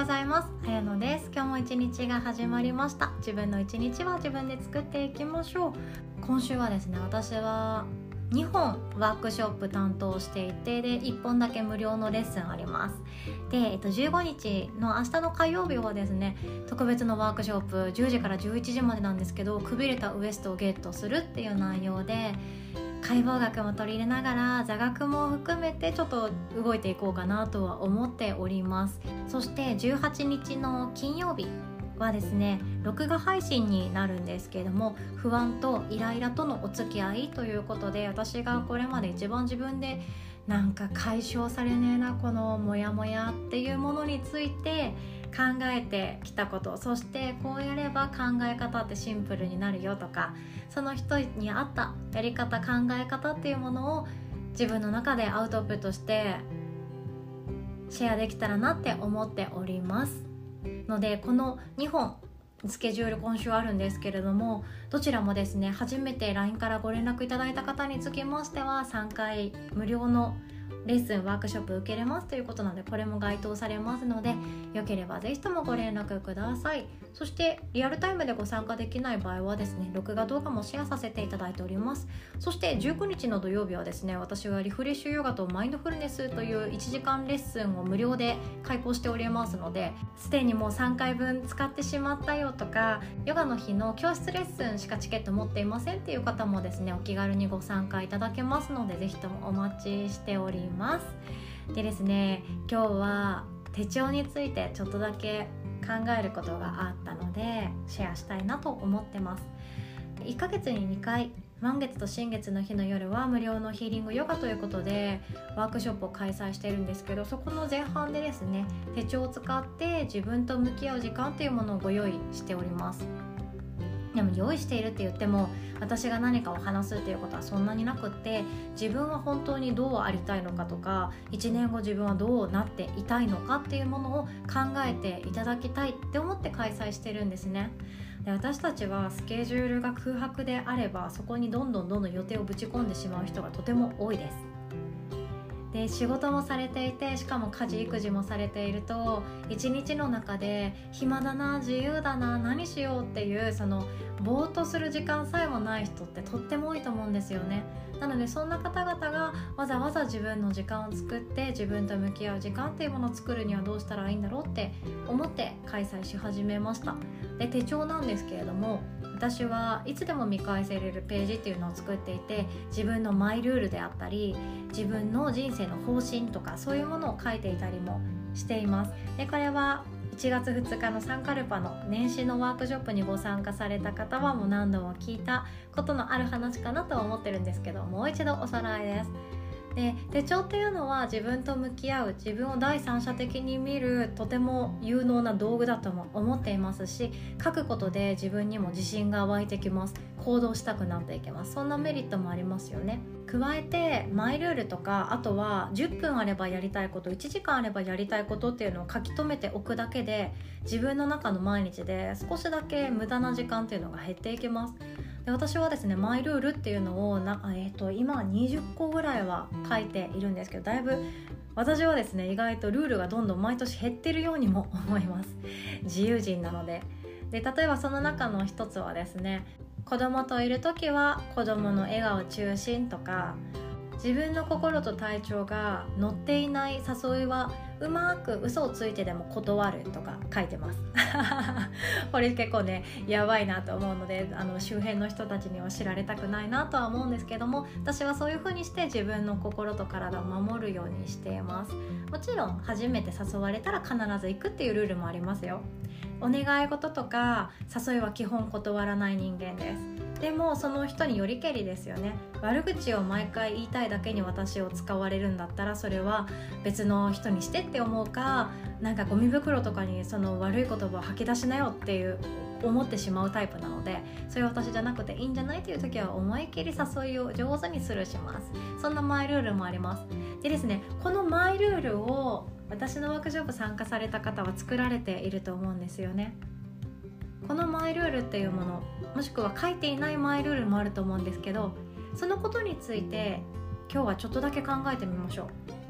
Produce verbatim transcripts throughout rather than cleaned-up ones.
ざいます。はやのです。今日も一日が始まりました。自分の一日は自分で作っていきましょう。今週はですね、私はにほんワークショップ担当していて、でいっぽんだけ無料のレッスンあります。で、えっと、じゅうごにちの明日の火曜日はですね、特別のワークショップじゅうじからじゅういちじまでなんですけど、くびれたウエストをゲットするっていう内容で、解剖学も取り入れながら座学も含めてちょっと動いていこうかなとは思っております。そしてじゅうはちにちの金曜日はですね、録画配信になるんですけれども、不安とイライラとのお付き合いということで、私がこれまで一番自分でなんか解消されねえなこのモヤモヤっていうものについて考えてきたこと、そしてこうやれば考え方ってシンプルになるよとか、その人に合ったやり方考え方っていうものを自分の中でアウトプットしてシェアできたらなって思っておりますので、このにほんスケジュール今週あるんですけれども、どちらもですね、初めて ライン からご連絡いただいた方につきましてはさんかい無料のレッスンワークショップ受けれますということなので、これも該当されますので、よければぜひともご連絡ください。そしてリアルタイムでご参加できない場合はですね、録画動画もシェアさせていただいております。そしてじゅうくにちの土曜日はですね、私はリフレッシュヨガとマインドフルネスといういちじかんレッスンを無料で開講しておりますので、すでにもうさんかいぶん使ってしまったよとか、ヨガの日の教室レッスンしかチケット持っていませんっていう方もですね、お気軽にご参加いただけますので、ぜひともお待ちしております。でですね、今日は手帳についてちょっとだけ考えることがあったのでシェアしたいなと思ってます。いっかげつににかい、満月と新月の日の夜は無料のヒーリングヨガということでワークショップを開催しているんですけど、そこの前半でですね、手帳を使って自分と向き合う時間っていうものをご用意しております。でも用意しているって言っても、私が何かを話すっていうことはそんなになくって、自分は本当にどうありたいのかとか、いちねんご自分はどうなっていたいのかっていうものを考えていただきたいって思って開催してるんですね。で、私たちはスケジュールが空白であれば、そこにどんどんどんどん予定をぶち込んでしまう人がとても多いです。で、仕事もされていて、しかも家事育児もされていると、一日の中で暇だな、自由だな、何しようっていうそのぼーっとする時間さえもない人ってとっても多いと思うんですよね。なのでそんな方々がわざわざ自分の時間を作って自分と向き合う時間っていうものを作るにはどうしたらいいんだろうって思って開催し始めました。で、手帳なんですけれども、私はいつでも見返せれるページっていうのを作っていて、自分のマイルールであったり自分の人生の方針とかそういうものを書いていたりもしています。で、これはいちがつふつかのサンカルパの年始のワークショップにご参加された方はもう何度も聞いたことのある話かなとは思ってるんですけど、もう一度おさらいです。で、手帳っていうのは自分と向き合う、自分を第三者的に見るとても有能な道具だとも思っていますし、書くことで自分にも自信が湧いてきます。行動したくなっていきます。そんなメリットもありますよね。加えてマイルールとか、あとはじゅっぷんあればやりたいこと、いちじかんあればやりたいことっていうのを書き留めておくだけで、自分の中の毎日で少しだけ無駄な時間っていうのが減っていきます。で、私はですね、マイルールっていうのをな、えー、と今はにじゅっこぐらいは書いているんですけど、だいぶ私はですね、意外とルールがどんどん毎年減ってるようにも思います。自由人なので。で、例えばその中の一つはですね、子供といる時は子供の笑顔中心とか、自分の心と体調が乗っていない誘いはうまく嘘をついてでも断るとか書いてますこれ結構ね、やばいなと思うので、あの周辺の人たちには知られたくないなとは思うんですけども、私はそういう風にして自分の心と体を守るようにしています。もちろん初めて誘われたら必ず行くっていうルールもありますよ。お願い事とか誘いは基本断らない人間です。でもその人によりけりですよね。悪口を毎回言いたいだけに私を使われるんだったら、それは別の人にしてって思うか、なんかゴミ袋とかにその悪い言葉を吐き出しなよっていう思ってしまうタイプなので、それは私じゃなくていいんじゃないという時は思い切り誘いを上手にスルーします。そんなマイルールもあります。でですね、このマイルールを私のワークショップ参加された方は作られていると思うんですよね。このマイルールっていうもの、もしくは書いていないマイルールもあると思うんですけど、そのことについて今日はちょっとだけ考えてみましょう。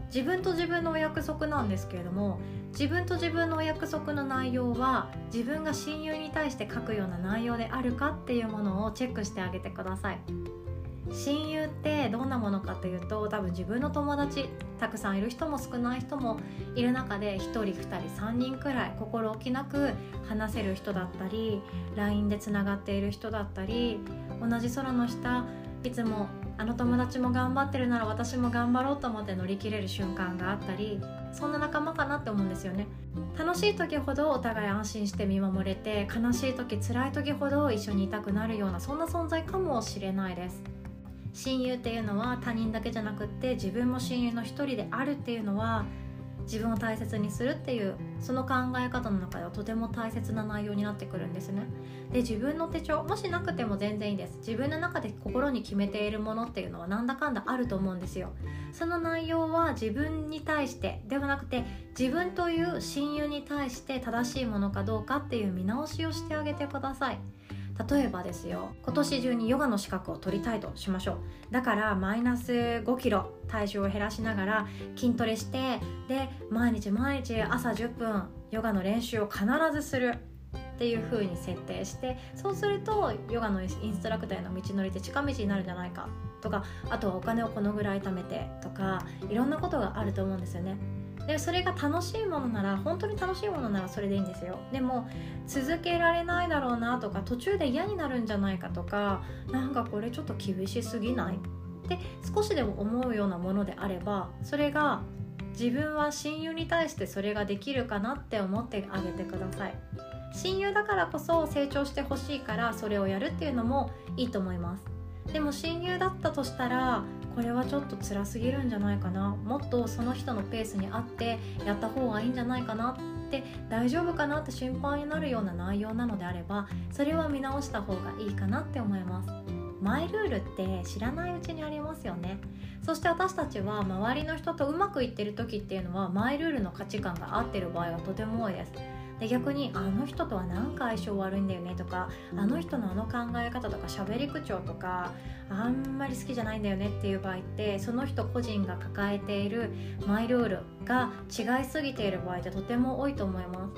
自分と自分のお約束なんですけれども、自分と自分のお約束の内容は自分が親友に対して書くような内容であるかっていうものをチェックしてあげてください。親友ってどんなものかというと、多分自分の友達たくさんいる人も少ない人もいる中でひとりふたりさんにんくらい心置きなく話せる人だったり、 ライン でつながっている人だったり、同じ空の下いつもあの友達も頑張ってるなら私も頑張ろうと思って乗り切れる瞬間があったり、そんな仲間かなって思うんですよね。楽しい時ほどお互い安心して見守れて、悲しい時辛い時ほど一緒にいたくなるような、そんな存在かもしれないです。親友っていうのは他人だけじゃなくって自分も親友の一人であるっていうのは、自分を大切にするっていうその考え方の中ではとても大切な内容になってくるんですね。で、自分の手帳もしなくても全然いいです。自分の中で心に決めているものっていうのはなんだかんだあると思うんですよ。その内容は自分に対してではなくて、自分という親友に対して正しいものかどうかっていう見直しをしてあげてください。例えばですよ、今年中にヨガの資格を取りたいとしましょう。だからマイナスごキロ体重を減らしながら筋トレして、で毎日毎日朝じゅっぷんヨガの練習を必ずするっていう風に設定して、そうするとヨガのインストラクターへの道のりって近道になるんじゃないかとか、あとはお金をこのぐらい貯めてとか、いろんなことがあると思うんですよね。でそれが楽しいものなら、本当に楽しいものならそれでいいんですよ。でも続けられないだろうなとか、途中で嫌になるんじゃないかとか、なんかこれちょっと厳しすぎないって少しでも思うようなものであれば、それが自分は親友に対してそれができるかなって思ってあげてください。親友だからこそ成長してほしいからそれをやるっていうのもいいと思います。でも親友だったとしたら、これはちょっと辛すぎるんじゃないかな、もっとその人のペースに合ってやった方がいいんじゃないかなって、大丈夫かなって心配になるような内容なのであれば、それは見直した方がいいかなって思います。マイルールって知らないうちにありますよね。そして私たちは周りの人とうまくいってる時っていうのは、マイルールの価値観が合ってる場合がとても多いです。で逆にあの人とはなんか相性悪いんだよねとか、あの人のあの考え方とか喋り口調とかあんまり好きじゃないんだよねっていう場合って、その人個人が抱えているマイルールが違いすぎている場合ってとても多いと思います。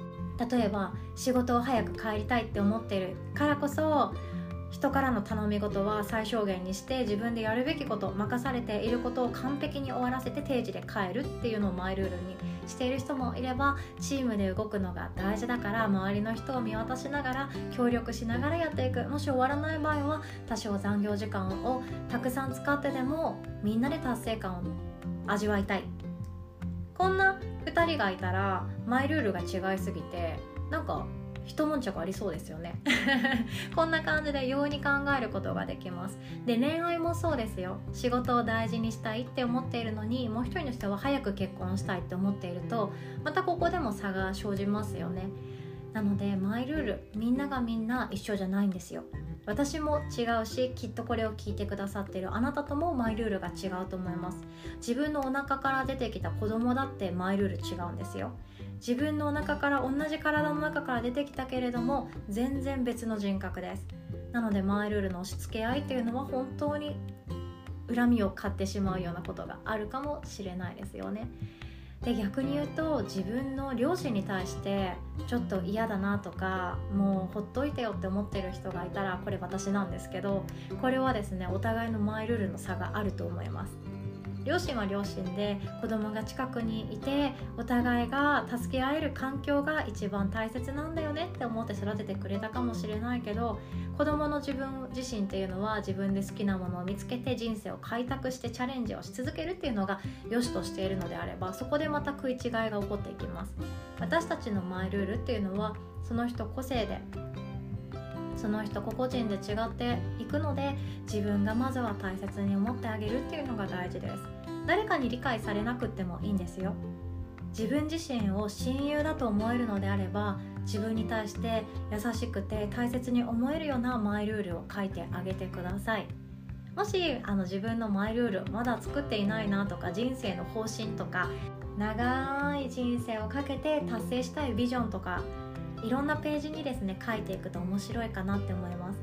例えば仕事を早く帰りたいって思っているからこそ、人からの頼み事は最小限にして自分でやるべきこと、任されていることを完璧に終わらせて定時で帰るっていうのをマイルールにしている人もいれば、チームで動くのが大事だから周りの人を見渡しながら協力しながらやっていく。もし終わらない場合は多少残業時間をたくさん使ってでもみんなで達成感を味わいたい。こんなふたりがいたらマイルールが違いすぎてなんか一悶着ありそうですよねこんな感じで容易に考えることができます。で恋愛もそうですよ。仕事を大事にしたいって思っているのに、もう一人の人は早く結婚したいって思っていると、またここでも差が生じますよね。なのでマイルール、みんながみんな一緒じゃないんですよ。私も違うし、きっとこれを聞いてくださっているあなたともマイルールが違うと思います。自分のお腹から出てきた子供だってマイルール違うんですよ。自分のお腹から同じ体の中から出てきたけれども全然別の人格です。なのでマイルールの押し付け合いっていうのは本当に恨みを買ってしまうようなことがあるかもしれないですよね。で逆に言うと、自分の両親に対してちょっと嫌だなとか、もうほっといてよって思ってる人がいたら、これ私なんですけど、これはですね、お互いのマイルールの差があると思います。両親は両親で子供が近くにいて、お互いが助け合える環境が一番大切なんだよねって思って育ててくれたかもしれないけど、子供の自分自身っていうのは自分で好きなものを見つけて人生を開拓してチャレンジをし続けるっていうのが良しとしているのであれば、そこでまた食い違いが起こっていきます。私たちのマイルールっていうのはその人個性で、その人個々人で違っていくので、自分がまずは大切に思ってあげるっていうのが大事です。誰かに理解されなくてもいいんですよ。自分自身を親友だと思えるのであれば、自分に対して優しくて大切に思えるようなマイルールを書いてあげてください。もしあの自分のマイルールまだ作っていないなとか、人生の方針とか、長い人生をかけて達成したいビジョンとか、いろんなページにですね書いていくと面白いかなって思います。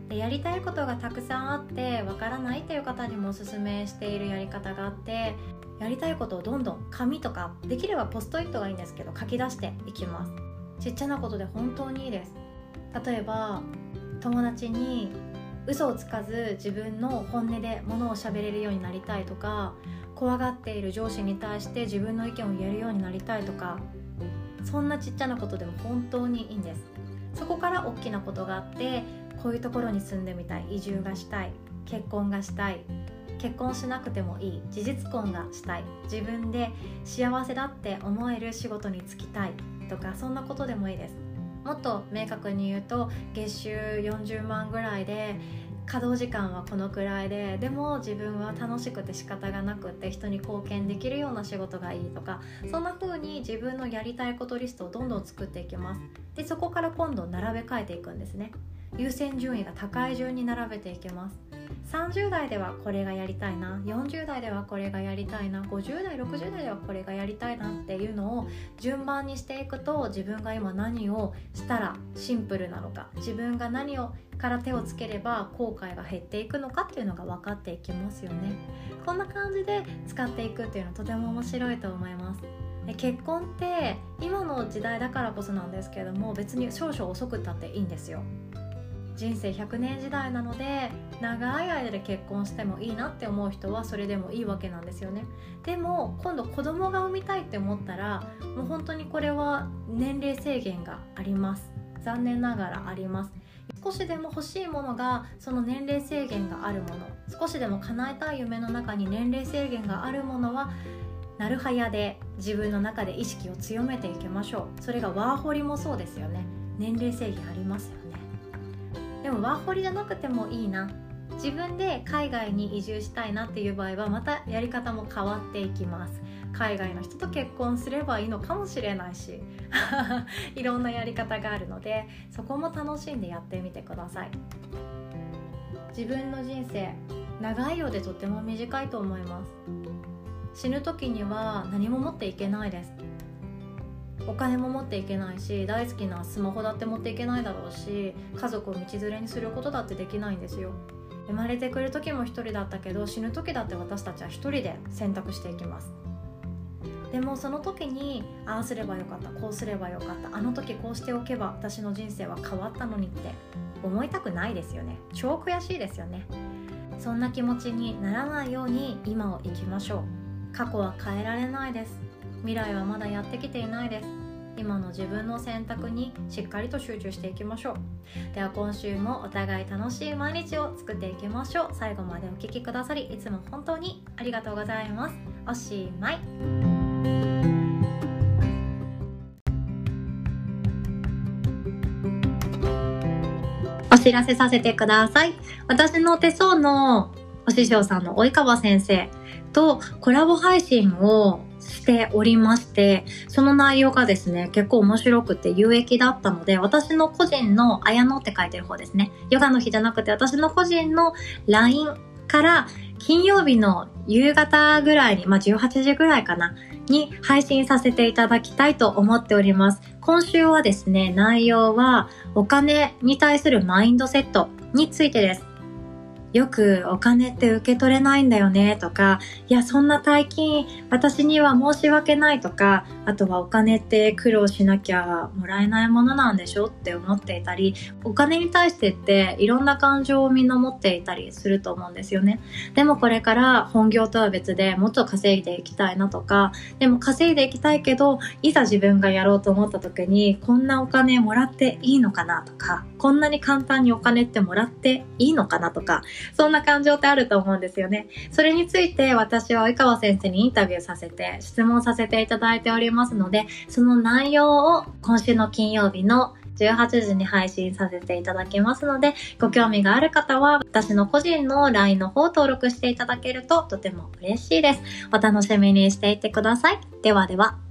でやりたいことがたくさんあってわからないっていう方にもおすすめしているやり方があって、やりたいことをどんどん紙とかできればポストイットがいいんですけど書き出していきます。ちっちゃなことで本当にいいです。例えば友達に嘘をつかず自分の本音で物を喋れるようになりたいとか、怖がっている上司に対して自分の意見を言えるようになりたいとか、そんなちっちゃなことでも本当にいいんです。そこから大きなことがあって、こういうところに住んでみたい、移住がしたい、結婚がしたい、結婚しなくてもいい、事実婚がしたい、自分で幸せだって思える仕事に就きたいとか、そんなことでもいいです。もっと明確に言うと、月収よんじゅうまんぐらいで稼働時間はこのくらいで、でも自分は楽しくて仕方がなくって人に貢献できるような仕事がいいとか、そんな風に自分のやりたいことリストをどんどん作っていきます。でそこから今度並べ替えていくんですね。優先順位が高い順に並べていきます。さんじゅう代ではこれがやりたいな、よんじゅう代ではこれがやりたいな、ごじゅう代ろくじゅう代ではこれがやりたいなっていうのを順番にしていくと、自分が今何をしたらシンプルなのか、自分が何をから手をつければ後悔が減っていくのかっていうのが分かっていきますよね。こんな感じで使っていくっていうのはとても面白いと思います。で結婚って今の時代だからこそなんですけれども、別に少々遅くたっていいんですよ。人生ひゃくねん時代なので、長い間で結婚してもいいなって思う人はそれでもいいわけなんですよね。でも今度子供が産みたいって思ったら、もう本当にこれは年齢制限があります。残念ながらあります。少しでも欲しいものが、その年齢制限があるもの、少しでも叶えたい夢の中に年齢制限があるものはなるはやで自分の中で意識を強めていきましょう。それがワーホリもそうですよね。年齢制限ありますよね。でもワーホリじゃなくてもいいな、自分で海外に移住したいなっていう場合はまたやり方も変わっていきます。海外の人と結婚すればいいのかもしれないしいろんなやり方があるので、そこも楽しんでやってみてください。自分の人生長いようでとても短いと思います。死ぬ時には何も持っていけないです。お金も持っていけないし、大好きなスマホだって持っていけないだろうし、家族を道連れにすることだってできないんですよ。生まれてくる時も一人だったけど、死ぬ時だって私たちは一人で選択していきます。でもその時に、ああすればよかった、こうすればよかった、あの時こうしておけば私の人生は変わったのにって思いたくないですよね。超悔しいですよね。そんな気持ちにならないように今を生きましょう。過去は変えられないです。未来はまだやってきていないです。今の自分の選択にしっかりと集中していきましょう。では今週もお互い楽しい毎日を作っていきましょう。最後までお聞きくださりいつも本当にありがとうございます。おしまい。お知らせさせてください。私の手相のお師匠さんの及川先生とコラボ配信をしておりまして、その内容がですね、結構面白くて有益だったので、私の個人の綾野って書いてる方ですね、ヨガの日じゃなくて私の個人の ライン から金曜日の夕方ぐらいに、まあじゅうはちじぐらいかなに配信させていただきたいと思っております。今週はですね、内容はお金に対するマインドセットについてです。よくお金って受け取れないんだよねとか、いやそんな大金私には申し訳ないとか、あとはお金って苦労しなきゃもらえないものなんでしょって思っていたり、お金に対してっていろんな感情をみんな持っていたりすると思うんですよね。でもこれから本業とは別でもっと稼いでいきたいなとか、でも稼いでいきたいけどいざ自分がやろうと思った時にこんなお金もらっていいのかなとか、こんなに簡単にお金ってもらっていいのかなとか、そんな感情ってあると思うんですよね。それについて私は及川先生にインタビューさせて質問させていただいておりますので、その内容を今週の金曜日のじゅうはちじに配信させていただきますので、ご興味がある方は私の個人の ライン の方を登録していただけるととても嬉しいです。お楽しみにしていてください。ではでは。